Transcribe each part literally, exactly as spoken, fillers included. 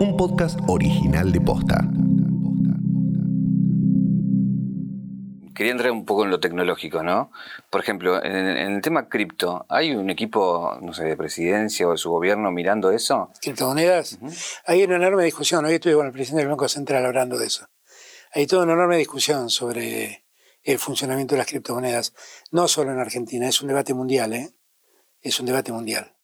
un podcast original de Posta. Quería entrar un poco en lo tecnológico, ¿no? Por ejemplo, en, en el tema cripto, ¿hay un equipo, no sé, de presidencia o de su gobierno mirando eso? ¿Criptomonedas? Uh-huh. Hay una enorme discusión. Hoy estuve con el presidente del Banco Central hablando de eso. Hay toda una enorme discusión sobre el funcionamiento de las criptomonedas. No solo en Argentina, es un debate mundial, ¿eh? Es un debate mundial.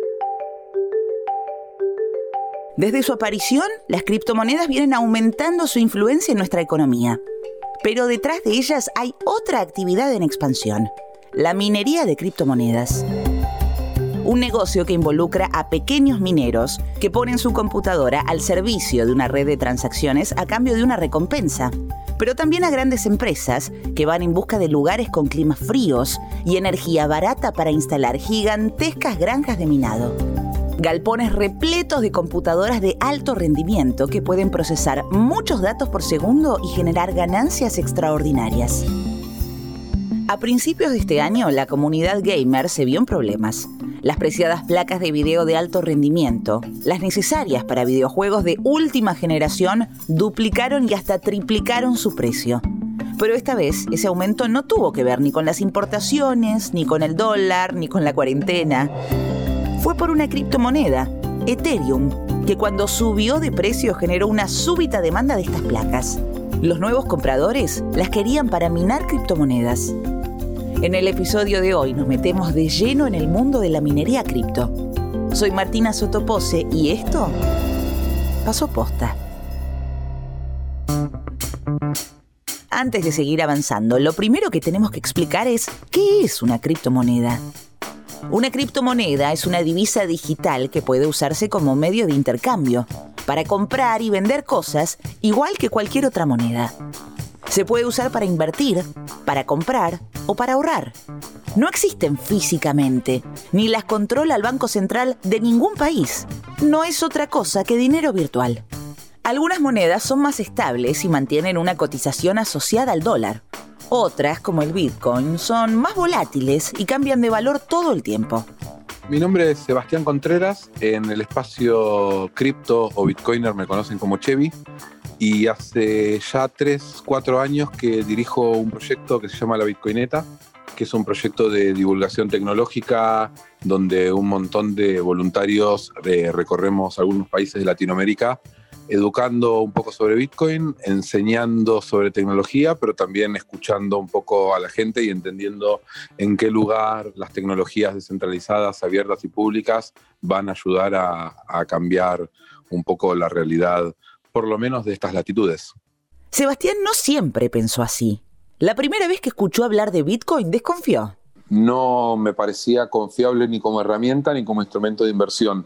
Desde su aparición, las criptomonedas vienen aumentando su influencia en nuestra economía. Pero detrás de ellas hay otra actividad en expansión, la minería de criptomonedas. Un negocio que involucra a pequeños mineros que ponen su computadora al servicio de una red de transacciones a cambio de una recompensa, pero también a grandes empresas que van en busca de lugares con climas fríos y energía barata para instalar gigantescas granjas de minado. Galpones repletos de computadoras de alto rendimiento que pueden procesar muchos datos por segundo y generar ganancias extraordinarias. A principios de este año, la comunidad gamer se vio en problemas. Las preciadas placas de video de alto rendimiento, las necesarias para videojuegos de última generación, duplicaron y hasta triplicaron su precio. Pero esta vez, ese aumento no tuvo que ver ni con las importaciones, ni con el dólar, ni con la cuarentena. Fue por una criptomoneda, Ethereum, que cuando subió de precio generó una súbita demanda de estas placas. Los nuevos compradores las querían para minar criptomonedas. En el episodio de hoy nos metemos de lleno en el mundo de la minería cripto. Soy Martina Sotopose y esto pasó posta. Antes de seguir avanzando, lo primero que tenemos que explicar es ¿qué es una criptomoneda? Una criptomoneda es una divisa digital que puede usarse como medio de intercambio, para comprar y vender cosas igual que cualquier otra moneda. Se puede usar para invertir, para comprar o para ahorrar. No existen físicamente, ni las controla el Banco Central de ningún país. No es otra cosa que dinero virtual. Algunas monedas son más estables y mantienen una cotización asociada al dólar. Otras, como el Bitcoin, son más volátiles y cambian de valor todo el tiempo. Mi nombre es Sebastián Contreras. En el espacio cripto o bitcoiner me conocen como Chevy. Y hace ya tres, cuatro años que dirijo un proyecto que se llama La Bitcoineta, que es un proyecto de divulgación tecnológica donde un montón de voluntarios eh, recorremos algunos países de Latinoamérica educando un poco sobre Bitcoin, enseñando sobre tecnología, pero también escuchando un poco a la gente y entendiendo en qué lugar las tecnologías descentralizadas, abiertas y públicas van a ayudar a, a cambiar un poco la realidad, por lo menos de estas latitudes. Sebastián no siempre pensó así. La primera vez que escuchó hablar de Bitcoin desconfió. No me parecía confiable ni como herramienta ni como instrumento de inversión.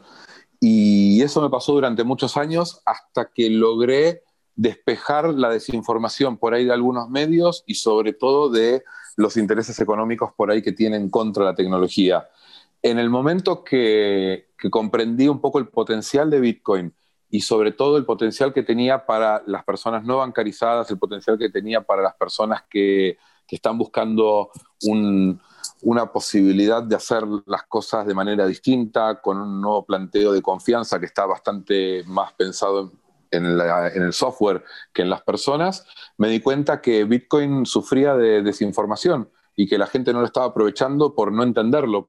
Y eso me pasó durante muchos años hasta que logré despejar la desinformación por ahí de algunos medios y sobre todo de los intereses económicos por ahí que tienen contra la tecnología. En el momento que, que comprendí un poco el potencial de Bitcoin y sobre todo el potencial que tenía para las personas no bancarizadas, el potencial que tenía para las personas que, que están buscando un... una posibilidad de hacer las cosas de manera distinta, con un nuevo planteo de confianza que está bastante más pensado en, la, en el software que en las personas, me di cuenta que Bitcoin sufría de desinformación y que la gente no lo estaba aprovechando por no entenderlo.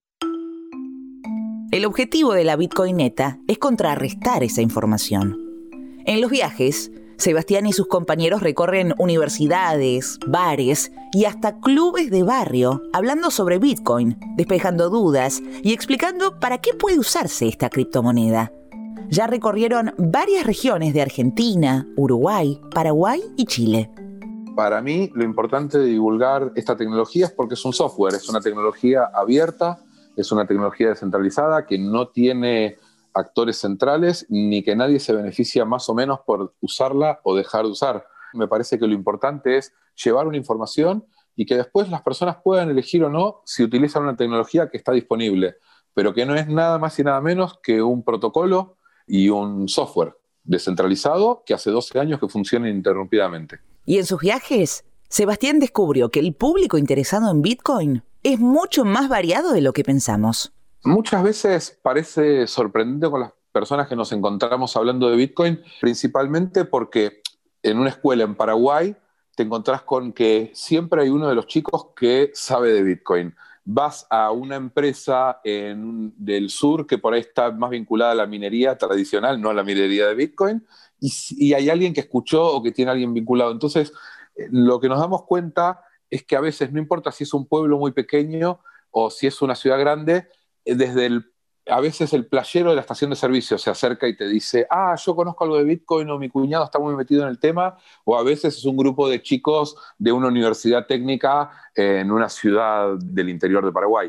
El objetivo de la Bitcoineta es contrarrestar esa información. En los viajes, Sebastián y sus compañeros recorren universidades, bares y hasta clubes de barrio hablando sobre Bitcoin, despejando dudas y explicando para qué puede usarse esta criptomoneda. Ya recorrieron varias regiones de Argentina, Uruguay, Paraguay y Chile. Para mí, lo importante de divulgar esta tecnología es porque es un software, es una tecnología abierta, es una tecnología descentralizada que no tiene actores centrales, ni que nadie se beneficia más o menos por usarla o dejar de usar. Me parece que lo importante es llevar una información y que después las personas puedan elegir o no si utilizan una tecnología que está disponible, pero que no es nada más y nada menos que un protocolo y un software descentralizado que hace doce años que funciona ininterrumpidamente. Y en sus viajes, Sebastián descubrió que el público interesado en Bitcoin es mucho más variado de lo que pensamos. Muchas veces parece sorprendente con las personas que nos encontramos hablando de Bitcoin, principalmente porque en una escuela en Paraguay te encontrás con que siempre hay uno de los chicos que sabe de Bitcoin. Vas a una empresa en, del sur que por ahí está más vinculada a la minería tradicional, no a la minería de Bitcoin, y, y hay alguien que escuchó o que tiene a alguien vinculado. Entonces, lo que nos damos cuenta es que a veces no importa si es un pueblo muy pequeño o si es una ciudad grande, desde el, a veces el playero de la estación de servicio se acerca y te dice, ah, yo conozco algo de Bitcoin, o mi cuñado está muy metido en el tema, o a veces es un grupo de chicos de una universidad técnica en una ciudad del interior de Paraguay.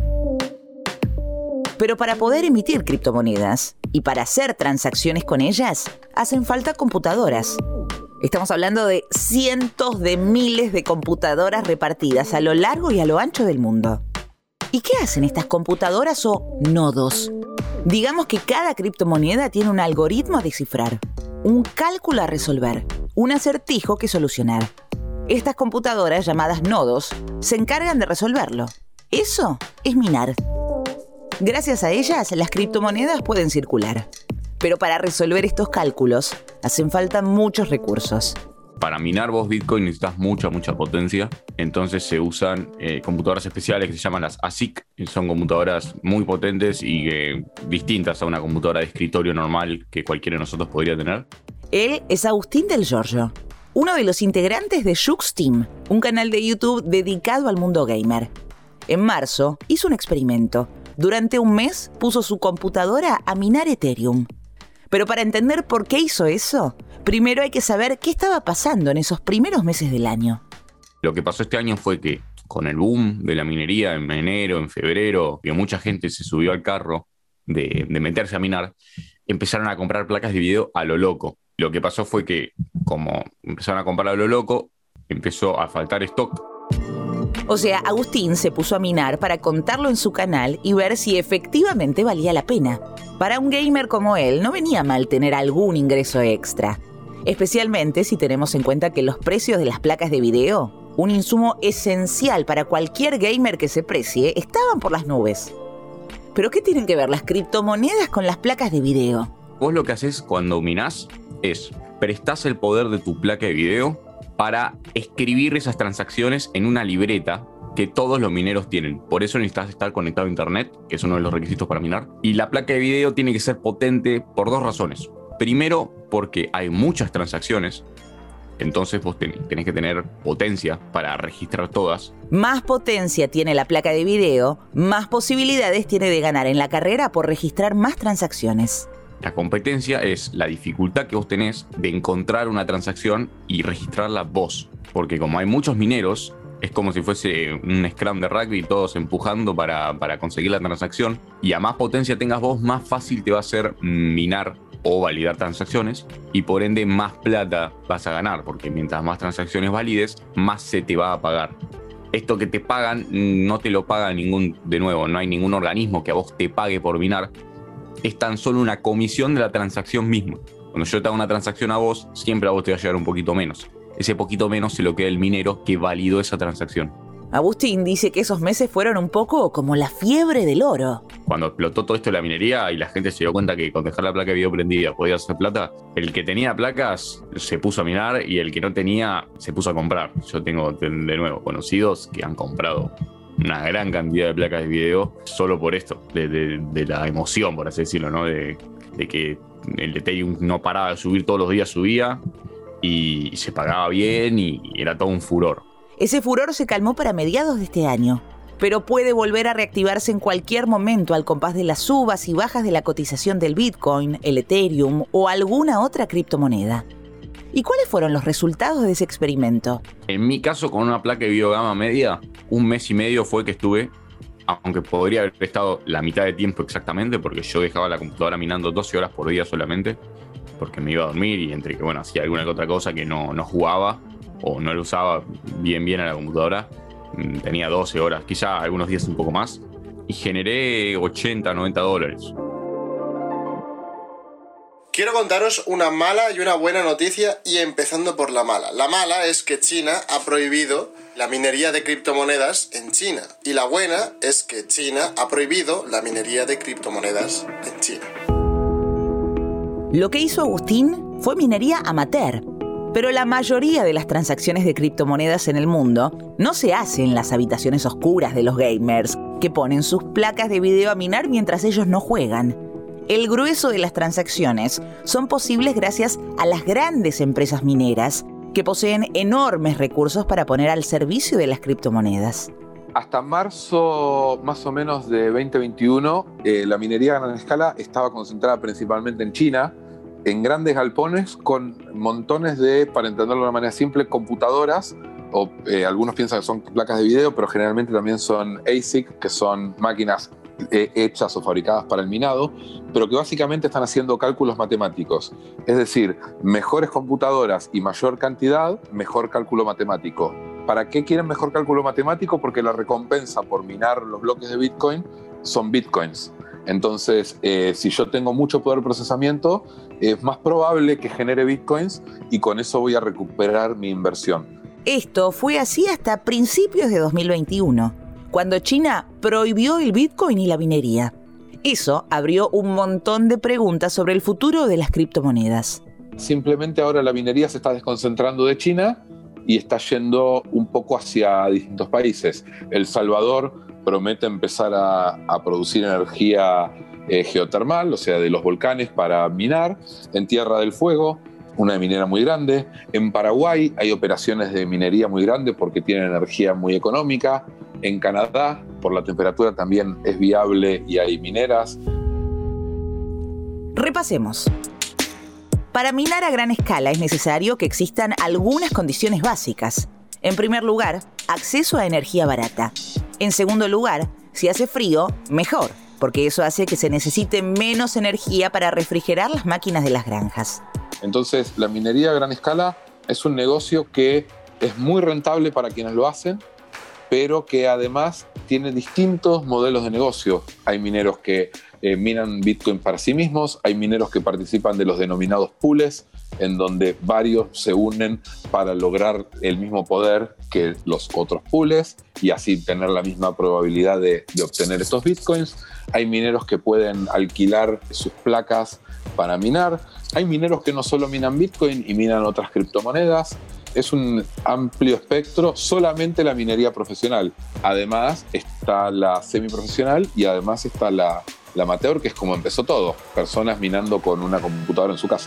Pero para poder emitir criptomonedas y para hacer transacciones con ellas, hacen falta computadoras. Estamos hablando de cientos de miles de computadoras repartidas a lo largo y a lo ancho del mundo. ¿Y qué hacen estas computadoras o nodos? Digamos que cada criptomoneda tiene un algoritmo a descifrar, un cálculo a resolver, un acertijo que solucionar. Estas computadoras, llamadas nodos, se encargan de resolverlo. Eso es minar. Gracias a ellas, las criptomonedas pueden circular. Pero para resolver estos cálculos, hacen falta muchos recursos. Para minar vos Bitcoin necesitas mucha, mucha potencia. Entonces se usan eh, computadoras especiales que se llaman las A S I C. Son computadoras muy potentes y eh, distintas a una computadora de escritorio normal que cualquiera de nosotros podría tener. Él es Agustín Del Giorgio, uno de los integrantes de Jux Team, un canal de YouTube dedicado al mundo gamer. En marzo hizo un experimento. Durante un mes puso su computadora a minar Ethereum. Pero para entender por qué hizo eso, primero hay que saber qué estaba pasando en esos primeros meses del año. Lo que pasó este año fue que con el boom de la minería en enero, en febrero, que mucha gente se subió al carro de, de meterse a minar, empezaron a comprar placas de video a lo loco. Lo que pasó fue que, como empezaron a comprar a lo loco, empezó a faltar stock. O sea, Agustín se puso a minar para contarlo en su canal y ver si efectivamente valía la pena. Para un gamer como él, no venía mal tener algún ingreso extra. Especialmente si tenemos en cuenta que los precios de las placas de video, un insumo esencial para cualquier gamer que se precie, estaban por las nubes. ¿Pero qué tienen que ver las criptomonedas con las placas de video? Vos lo que haces cuando minás es prestás el poder de tu placa de video para escribir esas transacciones en una libreta que todos los mineros tienen. Por eso necesitas estar conectado a internet, que es uno de los requisitos para minar. Y la placa de video tiene que ser potente por dos razones. Primero, porque hay muchas transacciones, entonces vos tenés que tener potencia para registrar todas. Más potencia tiene la placa de video, más posibilidades tiene de ganar en la carrera por registrar más transacciones. La competencia es la dificultad que vos tenés de encontrar una transacción y registrarla vos. Porque como hay muchos mineros, es como si fuese un scrum de rugby, todos empujando para, para conseguir la transacción. Y a más potencia tengas vos, más fácil te va a ser minar o validar transacciones. Y por ende, más plata vas a ganar. Porque mientras más transacciones valides, más se te va a pagar. Esto que te pagan, no te lo paga ningún, de nuevo, no hay ningún organismo que a vos te pague por minar. Es tan solo una comisión de la transacción misma. Cuando yo te hago una transacción a vos, siempre a vos te va a llegar un poquito menos. Ese poquito menos se lo queda el minero que validó esa transacción. Agustín dice que esos meses fueron un poco como la fiebre del oro. Cuando explotó todo esto de la minería y la gente se dio cuenta que con dejar la placa de video prendida podía hacer plata, el que tenía placas se puso a minar y el que no tenía se puso a comprar. Yo tengo, de nuevo, conocidos que han comprado una gran cantidad de placas de video solo por esto, de, de, de la emoción, por así decirlo, ¿no? De, de que el Ethereum no paraba de subir, todos los días subía y, y se pagaba bien y, y era todo un furor. Ese furor se calmó para mediados de este año, pero puede volver a reactivarse en cualquier momento al compás de las subas y bajas de la cotización del Bitcoin, el Ethereum o alguna otra criptomoneda. ¿Y cuáles fueron los resultados de ese experimento? En mi caso, con una placa de video gama media, un mes y medio fue que estuve, aunque podría haber estado la mitad de tiempo exactamente, porque yo dejaba la computadora minando doce horas por día solamente, porque me iba a dormir y entre que, bueno, hacía alguna que otra cosa que no, no jugaba o no lo usaba bien bien a la computadora, tenía doce horas, quizá algunos días un poco más, y generé ochenta, noventa dólares. Quiero contaros una mala y una buena noticia, y empezando por la mala. La mala es que China ha prohibido la minería de criptomonedas en China. Y la buena es que China ha prohibido la minería de criptomonedas en China. Lo que hizo Agustín fue minería amateur, pero la mayoría de las transacciones de criptomonedas en el mundo no se hacen en las habitaciones oscuras de los gamers, que ponen sus placas de video a minar mientras ellos no juegan. El grueso de las transacciones son posibles gracias a las grandes empresas mineras, que poseen enormes recursos para poner al servicio de las criptomonedas. Hasta marzo más o menos de veinte veintiuno, eh, la minería a gran escala estaba concentrada principalmente en China, en grandes galpones con montones de, para entenderlo de una manera simple, computadoras, o eh, algunos piensan que son placas de video, pero generalmente también son A S I C, que son máquinas eh, hechas o fabricadas para el minado, pero que básicamente están haciendo cálculos matemáticos. Es decir, mejores computadoras y mayor cantidad, mejor cálculo matemático. ¿Para qué quieren mejor cálculo matemático? Porque la recompensa por minar los bloques de Bitcoin son Bitcoins. Entonces, eh, si yo tengo mucho poder de procesamiento, es más probable que genere Bitcoins y con eso voy a recuperar mi inversión. Esto fue así hasta principios de dos mil veintiuno, cuando China prohibió el Bitcoin y la minería. Eso abrió un montón de preguntas sobre el futuro de las criptomonedas. Simplemente ahora la minería se está desconcentrando de China y está yendo un poco hacia distintos países. El Salvador promete empezar a, a producir energía eh, geotermal, o sea, de los volcanes para minar. En Tierra del Fuego, una minera muy grande. En Paraguay hay operaciones de minería muy grandes porque tienen energía muy económica. En Canadá, por la temperatura, también es viable y hay mineras. Repasemos. Para minar a gran escala es necesario que existan algunas condiciones básicas. En primer lugar, acceso a energía barata. En segundo lugar, si hace frío, mejor, porque eso hace que se necesite menos energía para refrigerar las máquinas de las granjas. Entonces, la minería a gran escala es un negocio que es muy rentable para quienes lo hacen, pero que además tiene distintos modelos de negocio. Hay mineros que eh, minan Bitcoin para sí mismos, hay mineros que participan de los denominados pools, en donde varios se unen para lograr el mismo poder que los otros pools y así tener la misma probabilidad de, de obtener estos Bitcoins. Hay mineros que pueden alquilar sus placas para minar. Hay mineros que no solo minan Bitcoin y minan otras criptomonedas. Es un amplio espectro, solamente la minería profesional. Además está la semiprofesional y además está la, la amateur, que es como empezó todo. Personas minando con una computadora en su casa.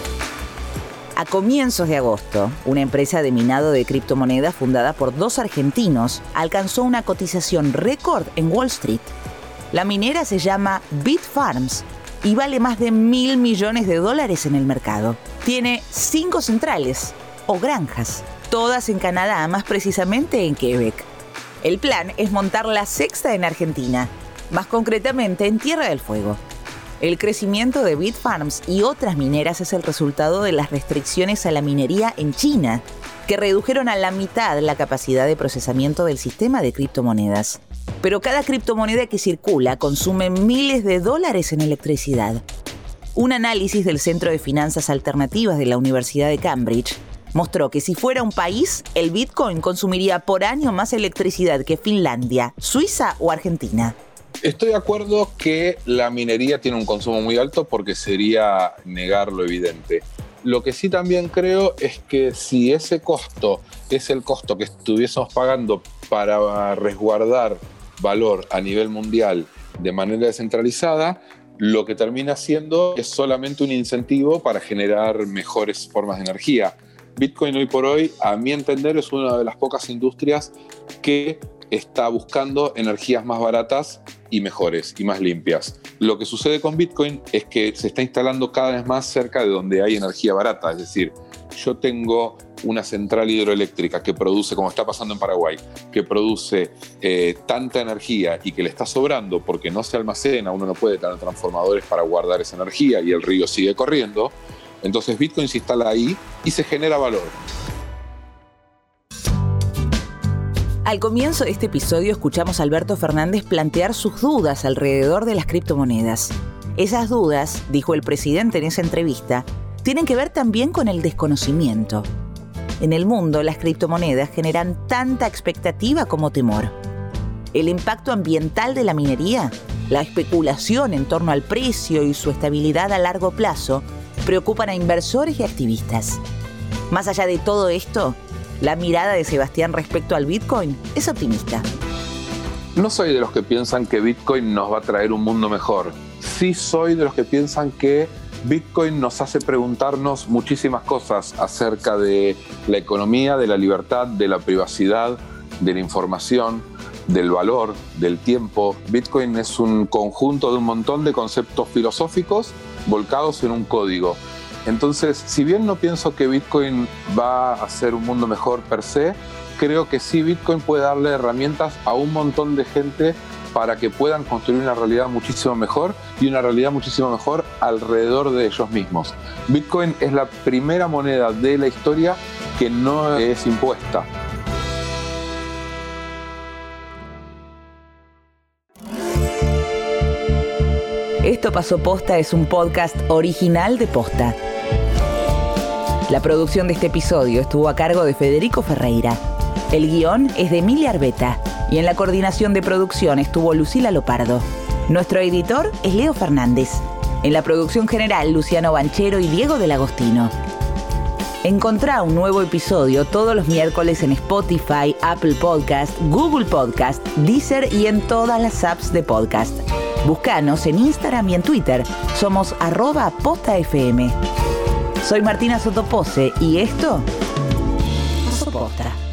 A comienzos de agosto, una empresa de minado de criptomonedas fundada por dos argentinos alcanzó una cotización récord en Wall Street. La minera se llama Bitfarms y vale más de mil millones de dólares en el mercado. Tiene cinco centrales o granjas, todas en Canadá, más precisamente en Quebec. El plan es montar la sexta en Argentina, más concretamente en Tierra del Fuego. El crecimiento de Bitfarms y otras mineras es el resultado de las restricciones a la minería en China, que redujeron a la mitad la capacidad de procesamiento del sistema de criptomonedas. Pero cada criptomoneda que circula consume miles de dólares en electricidad. Un análisis del Centro de Finanzas Alternativas de la Universidad de Cambridge mostró que si fuera un país, el Bitcoin consumiría por año más electricidad que Finlandia, Suiza o Argentina. Estoy de acuerdo que la minería tiene un consumo muy alto porque sería negar lo evidente. Lo que sí también creo es que si ese costo es el costo que estuviésemos pagando para resguardar valor a nivel mundial de manera descentralizada, lo que termina siendo es solamente un incentivo para generar mejores formas de energía. Bitcoin hoy por hoy, a mi entender, es una de las pocas industrias que está buscando energías más baratas y mejores y más limpias. Lo que sucede con Bitcoin es que se está instalando cada vez más cerca de donde hay energía barata. Es decir, yo tengo una central hidroeléctrica que produce, como está pasando en Paraguay, que produce eh, tanta energía y que le está sobrando porque no se almacena, uno no puede tener transformadores para guardar esa energía y el río sigue corriendo. Entonces Bitcoin se instala ahí y se genera valor. Al comienzo de este episodio escuchamos a Alberto Fernández plantear sus dudas alrededor de las criptomonedas. Esas dudas, dijo el presidente en esa entrevista, tienen que ver también con el desconocimiento. En el mundo, las criptomonedas generan tanta expectativa como temor. El impacto ambiental de la minería, la especulación en torno al precio y su estabilidad a largo plazo, preocupan a inversores y activistas. Más allá de todo esto, la mirada de Sebastián respecto al Bitcoin es optimista. No soy de los que piensan que Bitcoin nos va a traer un mundo mejor. Sí soy de los que piensan que Bitcoin nos hace preguntarnos muchísimas cosas acerca de la economía, de la libertad, de la privacidad, de la información, del valor, del tiempo. Bitcoin es un conjunto de un montón de conceptos filosóficos volcados en un código. Entonces, si bien no pienso que Bitcoin va a hacer un mundo mejor per se, creo que sí Bitcoin puede darle herramientas a un montón de gente para que puedan construir una realidad muchísimo mejor y una realidad muchísimo mejor alrededor de ellos mismos. Bitcoin es la primera moneda de la historia que no es impuesta. Esto Pasó Posta es un podcast original de Posta. La producción de este episodio estuvo a cargo de Federico Ferreira. El guión es de Emilia Arbeta y en la coordinación de producción estuvo Lucila Lopardo. Nuestro editor es Leo Fernández. En la producción general, Luciano Banchero y Diego del Agostino. Encontrá un nuevo episodio todos los miércoles en Spotify, Apple Podcast, Google Podcast, Deezer y en todas las apps de podcast. Búscanos en Instagram y en Twitter. Somos arroba postafm. Soy Martina Sotopose y esto Pasó Posta.